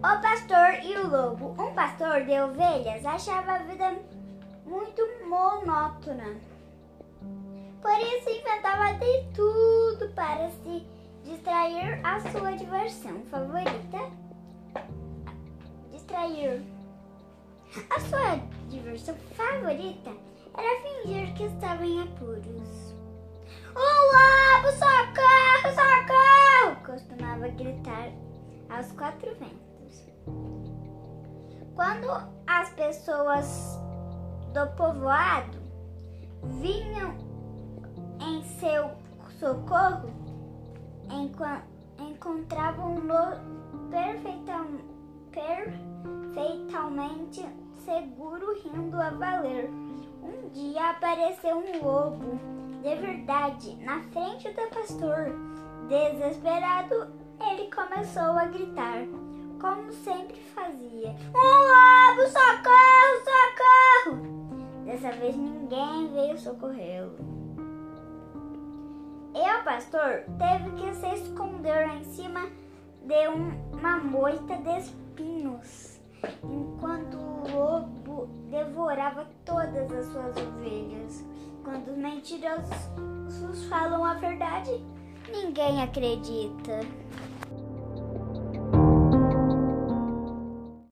O pastor e o lobo. Um pastor de ovelhas achava a vida muito monótona. Por isso inventava de tudo para se distrair a sua diversão favorita. A sua diversão favorita era fingir que estava em apuros. Um lobo, socorro, socorro! Costumava gritar aos quatro ventos. Quando as pessoas do povoado vinham em seu socorro, encontravam-no perfeitamente seguro, rindo a valer. Um dia apareceu um lobo de verdade na frente do pastor. Desesperado, ele começou a gritar, como sempre fazia: um lobo, socorro, socorro! Dessa vez ninguém veio socorrê-lo. E o pastor teve que se esconder em cima de uma moita de espinhos, enquanto o lobo devorava todas as suas ovelhas. Quando os mentirosos falam a verdade, ninguém acredita.